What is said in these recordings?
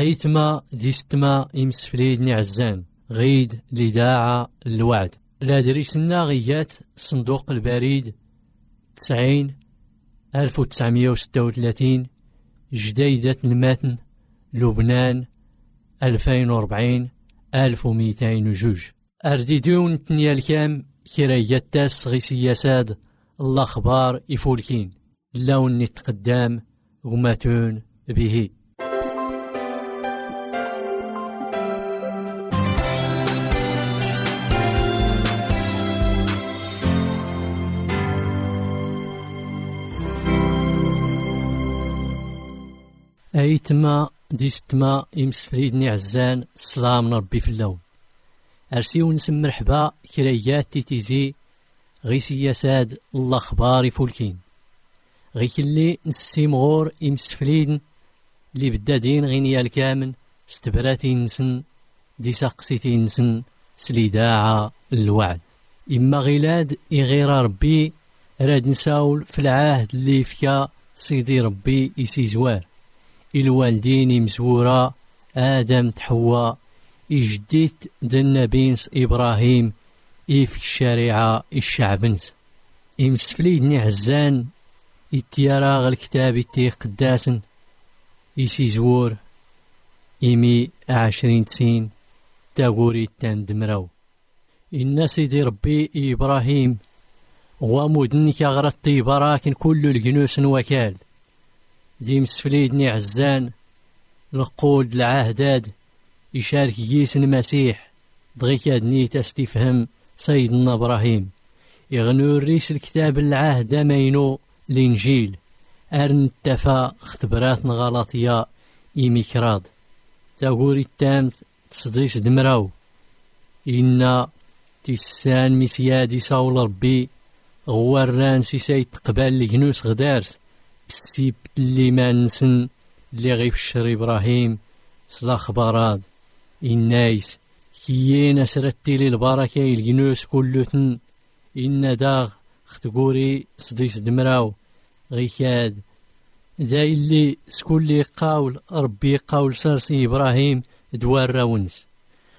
غيتما ديستما إمسفليدني عزان غيد لداعة الوعد لا دريسنا غيات صندوق البريد 90-1936 جديدة المتن لبنان 2040-1202 أرديدون تنيا الكام كرايات تاس غي سياساد الأخبار يفولكين اللون نتقدام وماتون به أيتما ديستما إمسفريدني عزان السلام ربي في اللون أرسيو نسم مرحبا كريات تيتيزي غي سياساد الأخبار يفولكين غي كلي نسيمغور إمسفريدن اللي بدادين غينيا الكامن استبراتي نسن دي ساقسيتي نسن سليداعة الوعد إما غيلاد إغير ربي راد نساول في العهد اللي فيا سيدي ربي يسي زوار الوالدين مزورا آدم تحوى إجديت دنبينس إبراهيم إيفك الشريعة الشعبنس إمسفليدني عزان إتيارا الكتاب إتي قداسن إيسي زور إيمي 20 سين تاغوري تاندمراو إن سيدي ربي إبراهيم ومدني كغرطي براكن كل الجنوس وكال دي مسفليدني عزان القول العهداد يشارك جيس المسيح دغيكادني تستفهم سيدنا إبراهيم يغنو الريس الكتاب العهد مينو الإنجيل أرن التفا اختبرات غلطية إيميكراد تاغوري التامت تصديس دمراو إن تيسان مسيادي ساول ربي غواران سيسايت قبال لجنوس غدارس بسيب اللي ما نسن اللي غيفشر إبراهيم سلا خبارات النايس كيين سرتي للبركة الجنوس كلتن إن داغ اختقوري صديس دمراو غيكاد دا اللي سكولي قاول ربي قاول سرسي إبراهيم دوار راونس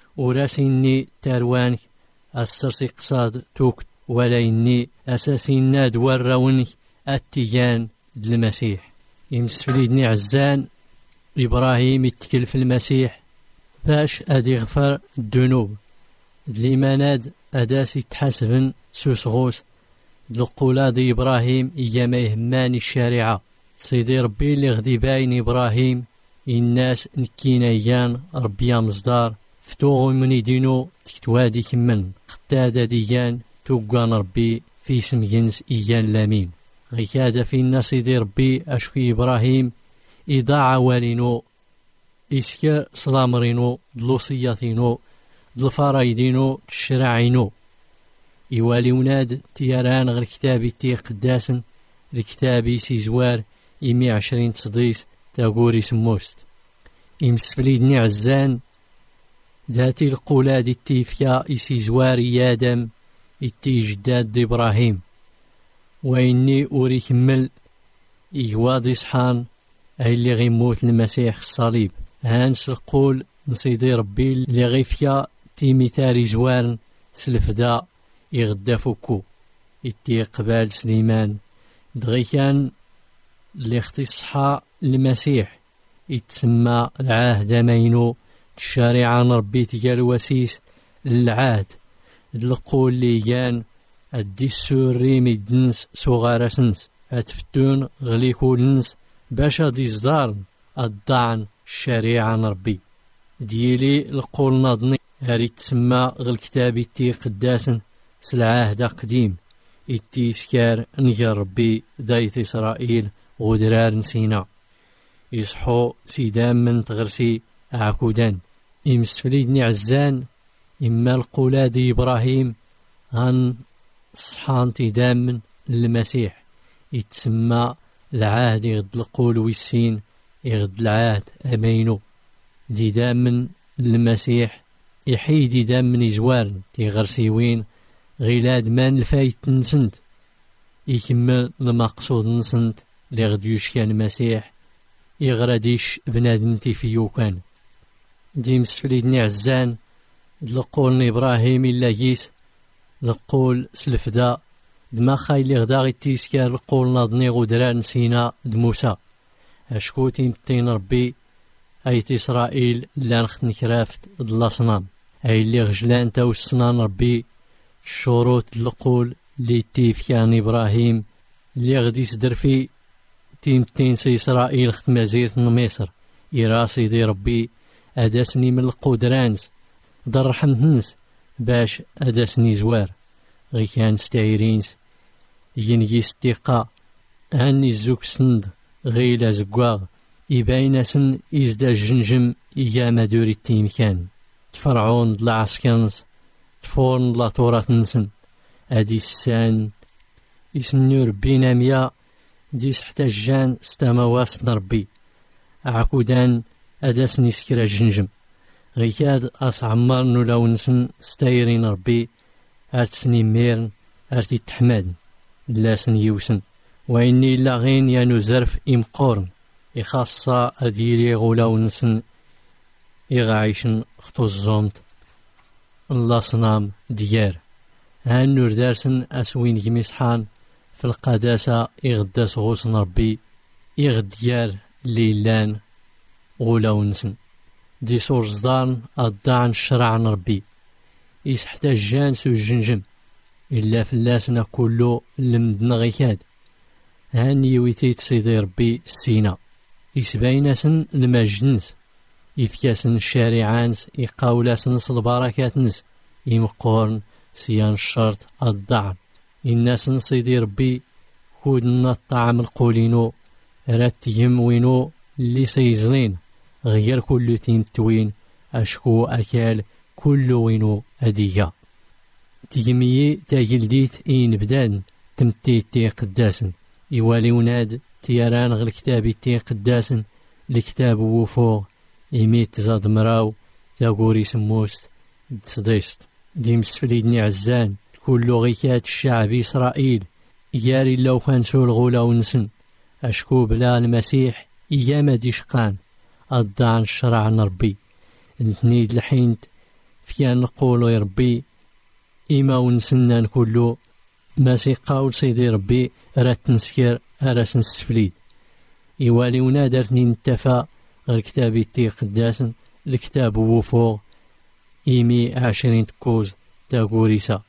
وراسيني تاروانك السرسي قصاد توك ولا إني أساسينا دوار راونك التيجان المسيح يمسفليدني عزان إبراهيم يتكل في المسيح باش أدي غفر الذنوب الإيماناد أداس يتحاسبن سوسغوس القولا دي إبراهيم إيما يهماني الشريعة سيدي ربي اللي غدي باين إبراهيم الناس نكينا إيان ربي مصدار فتوغو من يدينو تكتوادي كمن قتادة ديان توقان ربي في اسم جنس إيان لامين غيكاد في الناس سيدي ربي أشكي إبراهيم إضاعة والينو إسكر سلامرينو دلوصياتينو دلفرايدينو تشرعينو إيوالي وناد تياران غير كتابي تي قداسن الكتابي سيزوار 20 صديس تاغوري سموست إمسفليدني عزان ذاتي القولاد التيفيا إسيزوار يادم إتي جداد دي إبراهيم وإني أوري كمل إيوادي صحان أي اللي غيموت المسيح الصليب هانس القول نصيدي ربي اللي غيفيا تيميتاري زوارن سلفدا يغدا فوكو إتي قبال سليمان دغي كان اللي اختصحا المسيح يتسمى العهد مينو الشريعة ربي تقال وسيس العهد القول اللي كان أدي السوري ميدنس صغارسنس أتفتون غليكولنس باشا دي صدارن الضعن الشريعة ربي ديالي القول ناضني هاري تسمى غالكتابي تي قداسن سالعهد قديم إتي سكار نجر ربي دايت إسرائيل غدرار نسينا يصحو سيدام من تغرسي عكودان إمسفليدني عزان إما القولادي إبراهيم هن صحان تيدام من المسيح يتسمى العهد يغد القول والسين يغد العهد أمينو دي دام من المسيح يحيدي دام من إزوارن تيغرسيوين غيلاد مان الفايت نسنت يكمل المقصود نسنت لغد يشكى المسيح يغرديش بنادم تيفيو كان ديمس فليدني عزان لقول إبراهيم إلا جيس لقول سلفدا دما خايلي غدا غي تيسكار لقول ناضني غدران سينا دموسى أشكو تيمتين ربي أيت إسرائيل لان خت نكرافت دلاصنام أي اللي غجلان تاو الصنان ربي الشروط لقول لي تيف كان إبراهيم اللي غدي يصدر في تيمتين سي إسرائيل خت مزيرة مصر إراسي دي ربي أداسني من القدرانس در رحمتنس باش أداسني زوار غي كان ستايرينس ينجي ستيقا هاني الزوك سند غيلا زقواغ يباين سن إزدا الجنجم إيا مدوري التيمكان تفرعون دلا عسكنس تفورن دلا تورات نسن أدي السان يسنو ربينا ميا ديس حتى جان ستامواس نربي عكودان أداسني سكرا جنجم غيكاد أصعمر نولاو نسن ستايرين ربي أرتسني ميرن أرتي تحمد لاسن يوسن وإني لاغين يانو زرف إمقورن إخاصة أديري غولاو نسن إغايشن خطو الزومت الله صنام ديار هان نور دارسن أسوين جميسحان في القداسة إغداس غوصن ربي إغديار ليلان غولاو نسن دي صور زدان أضاعن الشرع ربي يسحتاج جانس والجنجم إلا فلاسنا كله لمدنا غيكاد هاني ويتيت سيدي ربي السينا يسبايناسن المجنس يفكاسن الشارعانس يقاولاسن البركاتنس يمقورن سيان الشرط الضعن الناس سيدي ربي كودنا الطعام القولينو راتيهم وينو اللي سيزلين غير كل تين توين أشكو أكال كل وينو أديا تيمي تاجلديت إين بدان تمتي تي قداسن يوالي وناد تياران غير كتابي تي قداسن الكتاب وفوق يميت زاد مراو تاقوري سموست تصديست ديمس فليدني عزان كل لغيكات الشعب إسرائيل ياري لو كان سول غولا ونسن أشكو بلا المسيح إياما ديشقان أضعن الشرع نربي نتنيد الحين فيان نقولو يا ربي إما ونسنان كله ماسي قاول سيدي ربي رات نسكر أراس نسفليد إيوالي ونادرتني نتفا غير كتابي تي قداسن الكتاب وفوق إيمي 20 تكوز تاقوريسا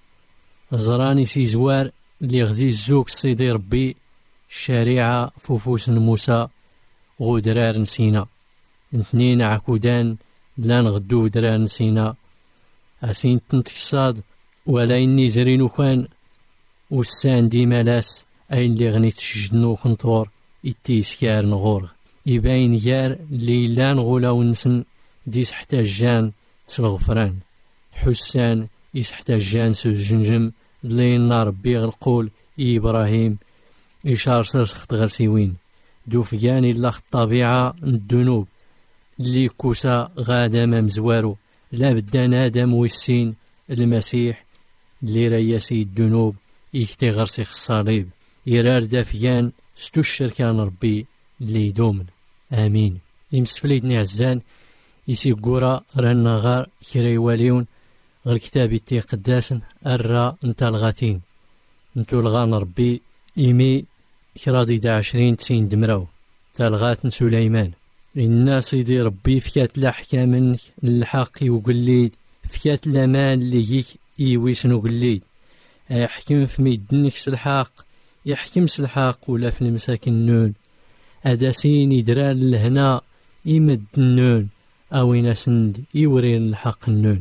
زراني سي زوار اللي غدي الزوك سيدي ربي الشريعة فوفوس موسى غدرار نسينا اثنين عكودان لان غدو درار نسينا أسين تنتكصاد ولا إني زرينو كان والسان دي ملاس أين اللي غني تشجنو خنطور إتيسكار نغور يباين يار ليلان غولا ونسن ديس حتى جان سلغفران حسان يسحتى جان سو الجنجم لين ربي غنقول إبراهيم إشار سرسخت غرسيوين دوفياني الله الطبيعة الذنوب اللي كوسا غادا مزوارو لا بدا نادم ويسين المسيح اللي رياسي الذنوب يكتي غرسيخ الصليب يرار دافيان ستو الشركان ربي اللي يدومن آمين يمسفليدني عزان يسي قورا رانا غار كري واليون غير كتابي تي قداسن الرا نتا الغاتين نتو الغان ربي إيمي كرادي 20 تسين دمراو تالغات سليمان الناس يدي ربي فكات الأحكام الحق وقليد فكات الأمان اللي يك إيويسن وقليد يحكم في ميدنك سلحاق يحكم سلحاق ولا في المساكن نون أداسين يدران لهنا يمد النون أوين سند يورين الحق النون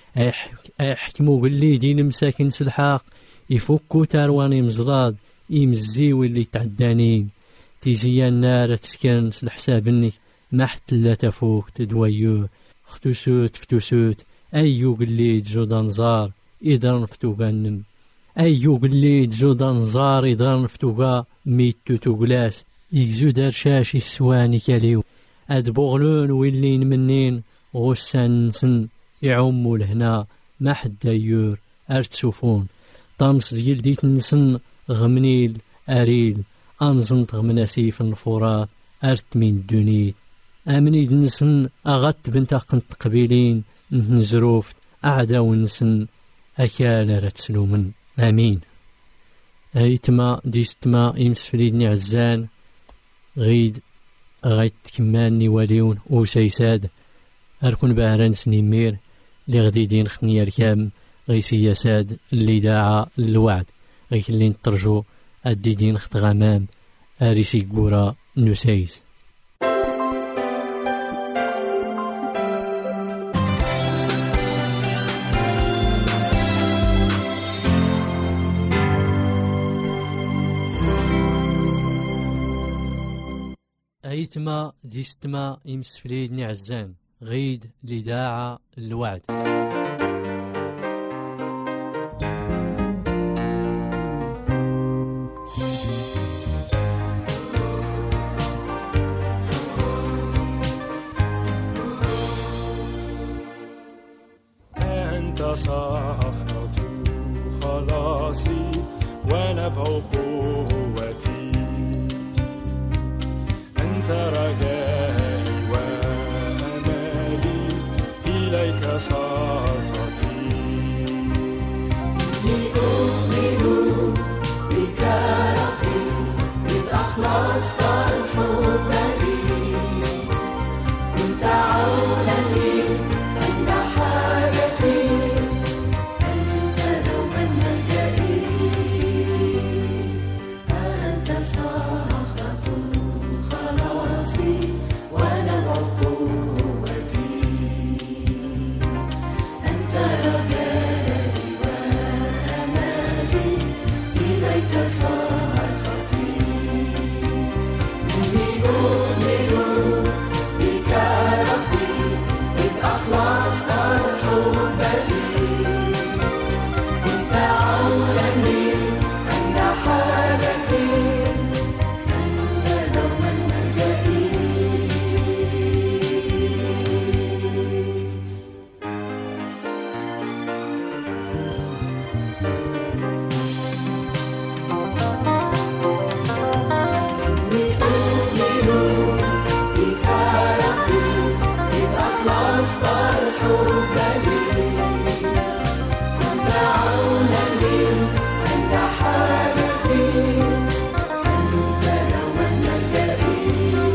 يحكمو قليد ينمساكن سلحاق يفكو تارواني مزراد يمزيو اللي تعدانين تيزيا النار تسكن الحسابني ما حتى لا تفوق تدويو ختوسوت فتوسوت أيو قليد جودان زار إدرن فتوغانم أيو قليد جودان زار إدرن فتوغا ميتو توغلاس يكزو دار شاشي السواني كاليو أد بغلون ويلين منين غسان سن يعمو لهنا ما حد دايور أرتسوفون طامس ديال ديت نسن غمنيل أريل أنزنت غمناسي في الفرات أرت من دونيت امني نسن اغت بنت قنت قبيلين نزروفت اعداو نسن اكال رتسلومن امين. ايتما ديستما يمسفليدني عزان غيد غايت كماني وليون وسيساد اركن بهران سنيمير اللي غدي دين خني ركام غي سياساد اللي داعا الوعد غي اللي نترجو ادي دين خت غمام اريسي كورا نسايس. ايتما ديستما يمسفليدني عزان غيد لداعة الوعد. أنت صخرة خلاصي ونبع قوتي، أنت رجائي وأمالي، إليك صرفتي. أؤمن بك ربي، إذ أخلصت الحب لي، كنت عونا لي عند حاجتي، أنت دوما ملجئي، أنت صخرة خلاصي ونبع قوتي، أنت رجائي وأمالي، إليك صرختي. إني أؤمن بك ربي، إذ أخلصت الحب لي، كنت عونا لي عند حاجتي، أنت دوما ملجئي. إني أؤمن بك ربي، إذ أخلصت الحب لي، كنت عونا لي عند حاجتي، أنت دوما ملجئي،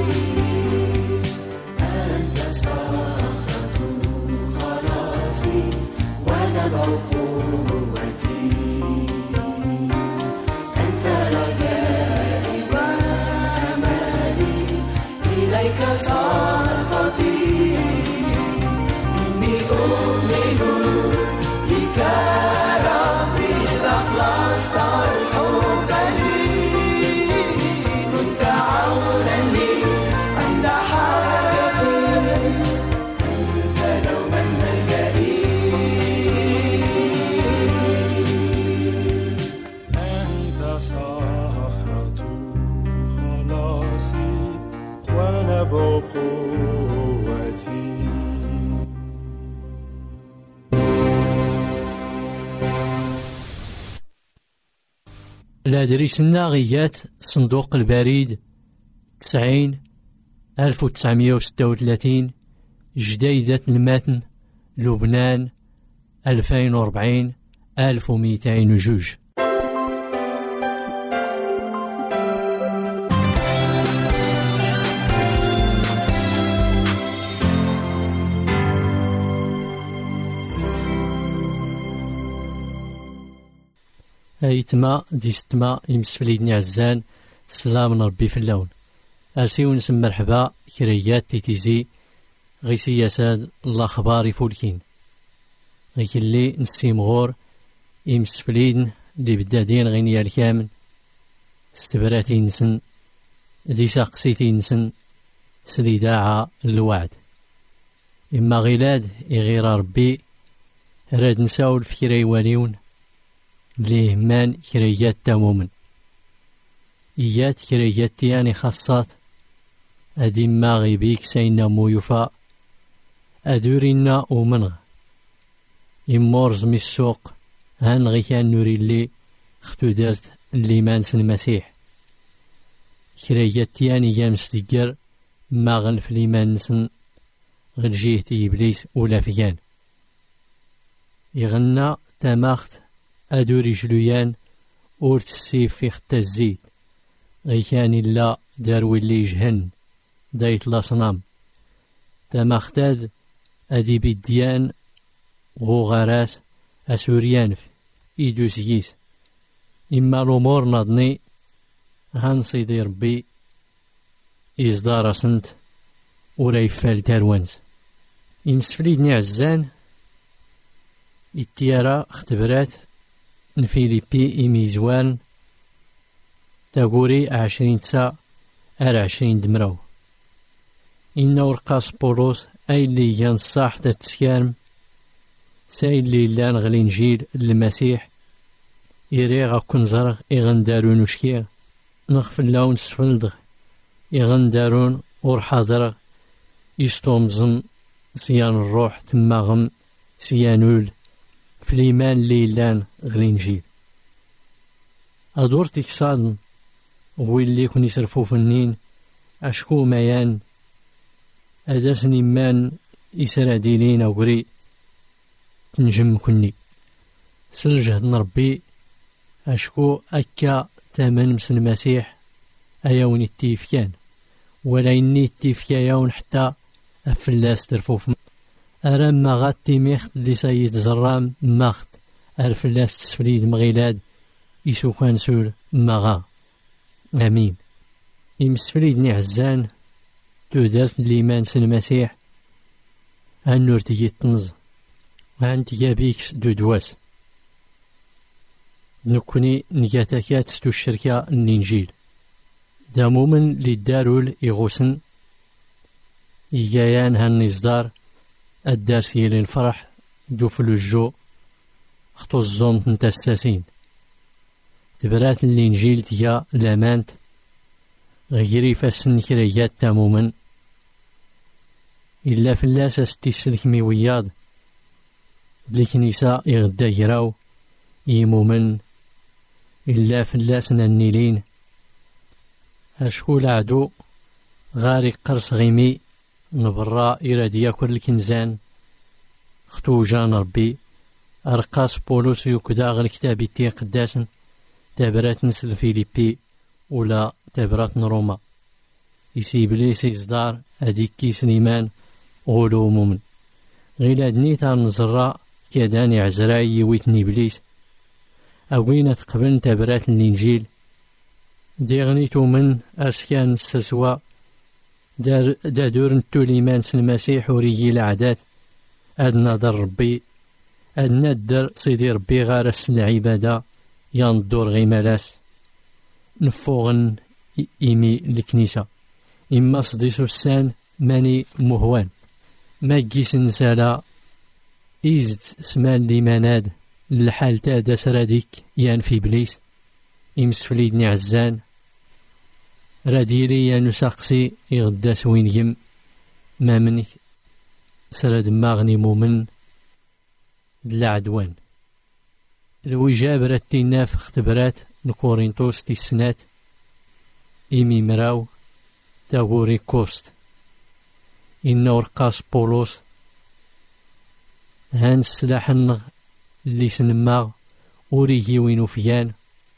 أنت صخرة خلاصي ونبع قوتي، أنت رجائي وأمالي، إليك صرختي. إني أؤمن بك ربي، إذ أخلصت الحب لي، كنت عونا لي عند حاجتي، أنت دوما ملجئي، أنت صخرة خلاصي ونبع قوتي. الأدريسنا غيات صندوق البريد 90-1936 جديدة المتن لبنان 2040-1202. ايتما ديستما يمسفليدني عزان سلام ربي في اللون ارسيو نسم مرحبا كريات تيتيزي غي سياساد الله خباري فولكين غي اللي نسيمغور يمسفليدن اللي بدادين غينيا الكامل استبراتي نسن دي ساقسيتي نسن سليداعا الوعد إما غيلاد يغير ربي راد نساول في كري واليون ليه مان كريات تامومن إيات كريات تياني خاصات أدي ما غيبيك سينا مويفا أدورينا ومنغ إمورز من السوق هان غي كان نوري اللي اختو دارت اللي مانس المسيح كريات تياني جامس ديجر ما غنف الإيمان نسن غير جهة إبليس ولا فيان يغنى تماخت أدو رجليان أور تسيف في خطا الزيت غيكان إلا دارو اللي يجهن دايت لاصنام تماختاد أدي بديان غوغاراس أسوريانف إيدو سييس إما الأمور نضني هان صيدي ربي إصدار سنت وريفال تاروانز إمسفليدني عزان التيارة اختبرات نفيليبي إميزوان تاغوري 20 تسا 20 دمراو إن ورقاس بولوس أي اللي ينصح تتسكارم ساي اللي لان غلينجيل المسيح إريغا كنزرغ إغندارون وشكيغ نغفل لون سفلدغ إغندارون ورحاضرغ يستومزن سيان الروح تماغم سيانول في الإيمان اللي لان غلينجيل أدور تكسادن ويلي كون يسرفو فنين أشكو ميان أداسن إيمان إسرا ديلين أغري تنجم كني سلجهد نربي أشكو أكا تامن مسن المسيح أيون التيفيان ولا إني التيفيا يون حتى أفلاس ترفوف أرام ما غاتي ميخت اللي سيد زرام ماخت أرفلاس تسفليد مغيلاد يسوكان سول مغا أمين إمسفليدني عزان تودرت الإيمان سن المسيح النور تجي تنز وأنت جابيكس دودواس نكوني نجاتكات ستو الشركة النينجيل دامومن للدارول إغوسن إيجايان هالنصدار الدارسي للفرح دوفلو الجو خطو الزوم تنتساسين تبرات الإنجيل تيا لامانت غيري فاسن كريات تامومن إلا فلاس استيسلك ميوياد الكنيسة يغدا يراو يمومن إلا فلاسنا النيلين أشكول عدو غاري قرص غيمي نبرا إرادي ياكل الكنزان ختو جان ربي أرقاس بولوس يكدا غير كتابي تي قداسن تابرات نسل فيليبي ولا تابرات روما يسي بليس إصدار أديك كيس نيمان غولو مومن غيلا دنيتا نزراء كيداني عزراي يويتني بليس أوين تقبل تابرات الإنجيل ديغنيتو من أرسكان السرسوا دادور نتو الإيمان سن المسيح وريجي العادات أدنا در ربي أدنا در صيدي ربي غارس العبادة يندور غيمالاس نفوغن إيمي الكنيسة إما صديسو السان ماني مهوان ما جيس نسالا إزد سمان ليماناد الحال تادا سراديك يان في بليس إمسفليدني عزان راديري يانو ساقسي يغداس وين يم ما منك سراد ماغني مومن دلا عدوان الوجاب راتيناف اختبرات نكورينتوس تيسنات إيمي مراو تاغوري كوست إنو رقاس بولوس هان السلاح النغ اللي سنماغ وريجي وينو فيان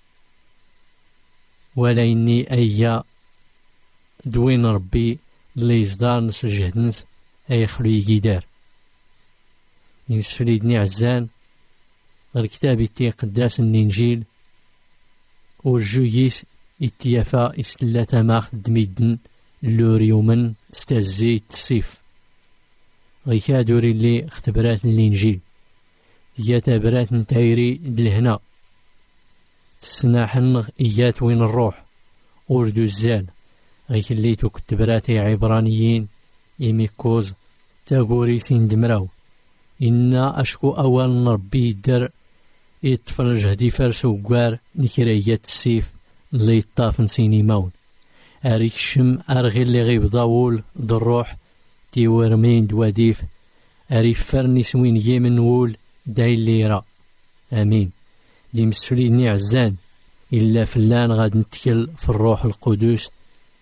ولا إني أيا دوين ربي اللي يصدار نس الجهدنس أي خلوي جدار ينسفليدني عزان غير كتابي تي قداس النينجيل ورجويس اتيافا إسلاتا ماخ دميدن اللوريومن استازيت السيف غيكادوري اللي اختبرات الإنجيل تياتا برات نتايري دلهنا تسناح النغ إيات وين الروح وردو الزان غيك اللي تكتبراتي عبرانيين إيميكوز تاغوري سين دمراو إنا أشكو أول ربي در يتفرج هدي فرسو قوار نكريات السيف اللي يطافن سيني مون أريك الشم أرغي اللي غيب ضاول دروح تيورمين دواديف أريف فرني سوين يمن وول داي الليرة آمين دي مسفليني عزان إلا فلان غاد نتكل في الروح القدس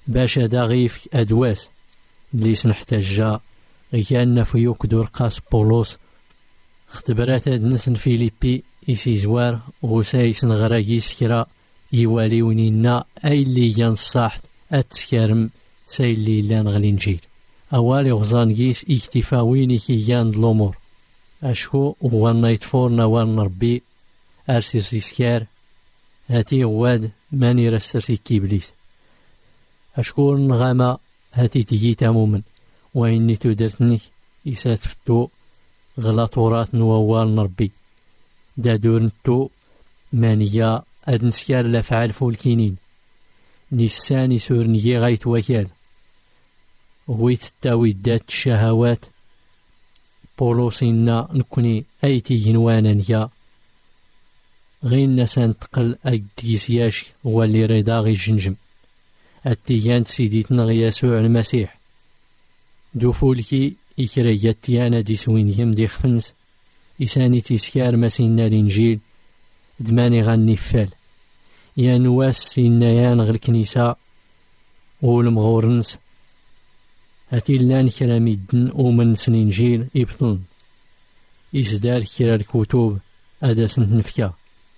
باش هذا غيف أدواس اللي سنحتاجها غيكان في يوكدور قاس بولوس اختبرات هاد نسن فيليبي إيسي زوار غوسايس نغراقي سكرا يواليونينا أي اللي ينصاحت أتسكارم ساي اللي لان غلينجيل أوالي غزان جيس اكتفاويني كيان الأمور أشكو وانا يتفورنا وانا ربي أرسل سيسكار هاتي غواد ماني رسرسي كيبليس أشكو نغاما هاتي تيجي تامومن وإني تودرتني إسات فتو غلاطورات نووال نربي دادور نتو مانيا أدنسكار لفعل فولكينين نيساني سورنيي غايت وكال غويت التاويدات الشهوات بولوسينا نكوني أيتي جنوانا نيا غين نسان تقل أكديسياش هو اللي رضا غي جنجم التيان سيديتنا يسوع المسيح دوفولكي إكريات تيانا دي سوينيهم دي خفنس إساني تيسكار مسينا الإنجيل دماني غاني فال يا نواس سينيان غير الكنيسة والمغورنس هاتي لان كرا ميدن ومن سنين جيل يبطن إزدار كرا الكتب أداس نفكا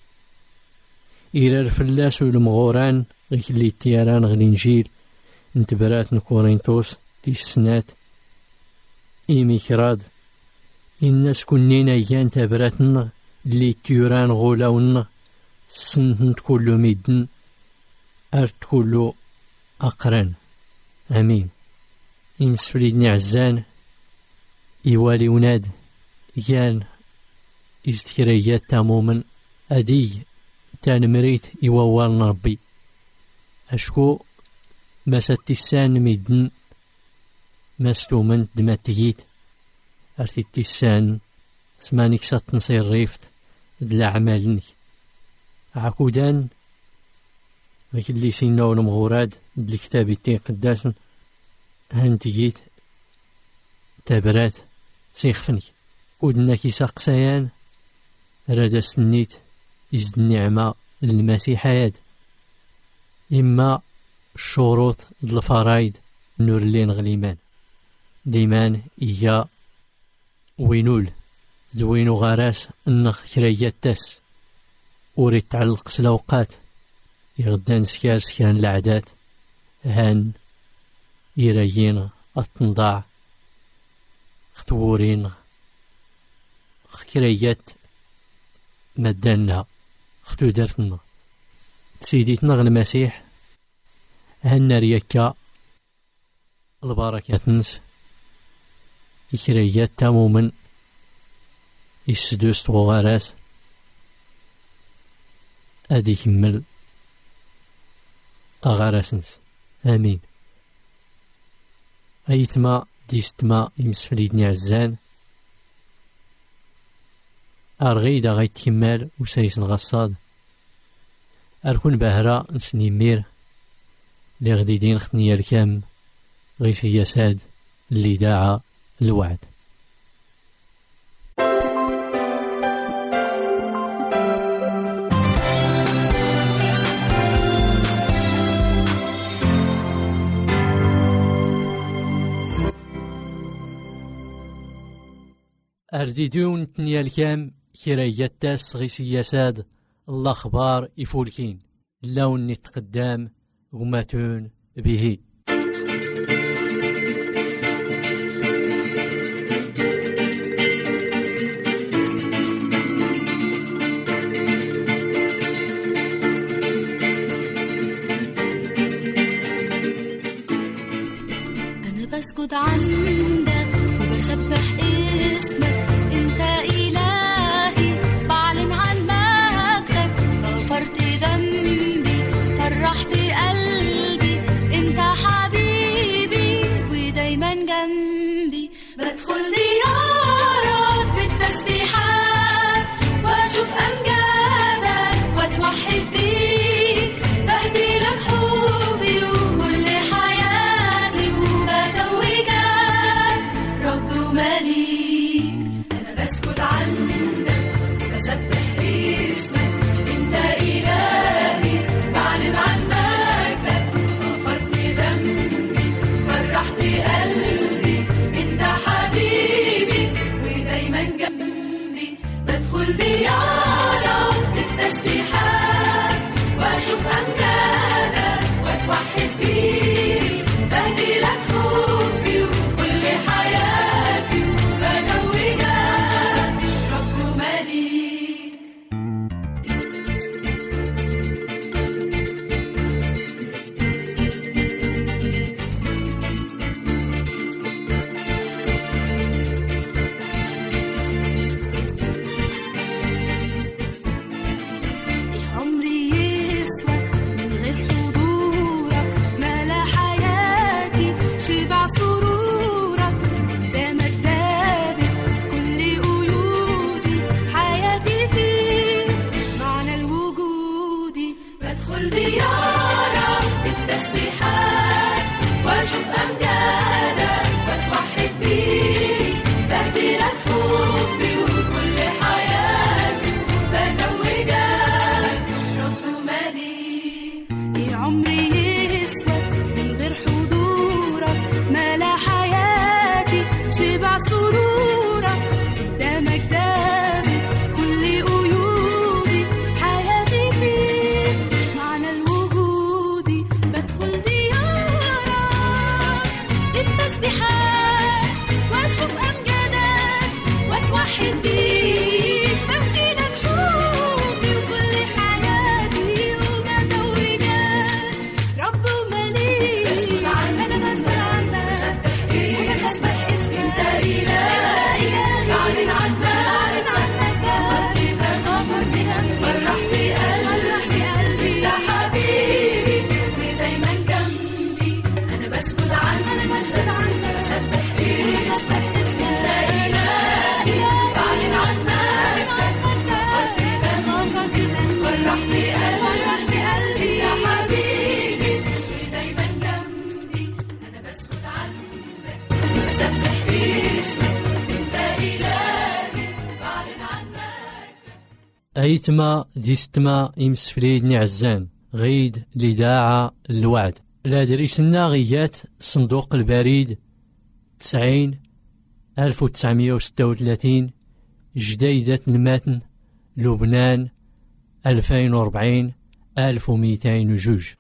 إيرار فلاس والمغوران اللي تياران غير الإنجيل نتبرات نكورينتوس دي السنات إيميكراد الناس كنينا يان تبراتنا اللي تيوران غولاونا سنت كله ميدن أرد كله أقران أمين إمسفليدني عزان إيوالي وناد يان إزتكريات تامومن أدي تان مريت إيوالنا ربي أشكو مسات السان ميدن مستومن دماتيت أرتي السان سمانيك ساتنصير ريفت دلا عمالني عقودان غيك اللي سينا والمغوراد دل كتابي تين قداسن هانتيجيت تابرات سيخفني ودنا كي ساقسيان رادا سنيت إزد النعمة للمسيح هاد إما الشروط دل الفرايد نور لين غليمان ليمان إيا وينول دوينو غاراس النخ كريات تاس وريد تعلق سلوقات يغدان سكار سكان العادات هان يرايين التنضاع خطورين خكريات مدانها ختو دارتنا سيديتنا غ المسيح هان ريكا البركات نس إكريات تامومن يسدوست وغاراس أدي كمل أغارسنس آمين أيتما ديستما يمسفليدني عزان أرغيدا غايت كمال وسايسن غصاد أركون باهرة نسني مير لي غديدين ختني الكام غيسي يساد اللي داعى الوعد أرديدون تنيا الكام كرايات تاس غيسي يساد الأخبار يفولكين اللون نتقدام غماتون به أنا بسجد عندك وبسبح اسمك أنت إلهي بعلن عن مجدك غفرت ذنبي فرحت قلبي أنت حبيبي ودايما جنبي بدخل ديارك بالتسبيحات وأشوف أمجادك وأتوحد بيك بهدي لك حبي وكل حياتي وبتوجك رب ومليك أنا بسجد عندك بسبح اسمك أنت إلهي بعلن عن مجدك غفرت ذنبي أيتما ديستما إمسفليدني عزان غيد لداعة الوعد. لا دريسنا غيات صندوق البريد 90-1936 جديدة المتن لبنان 2040-1202.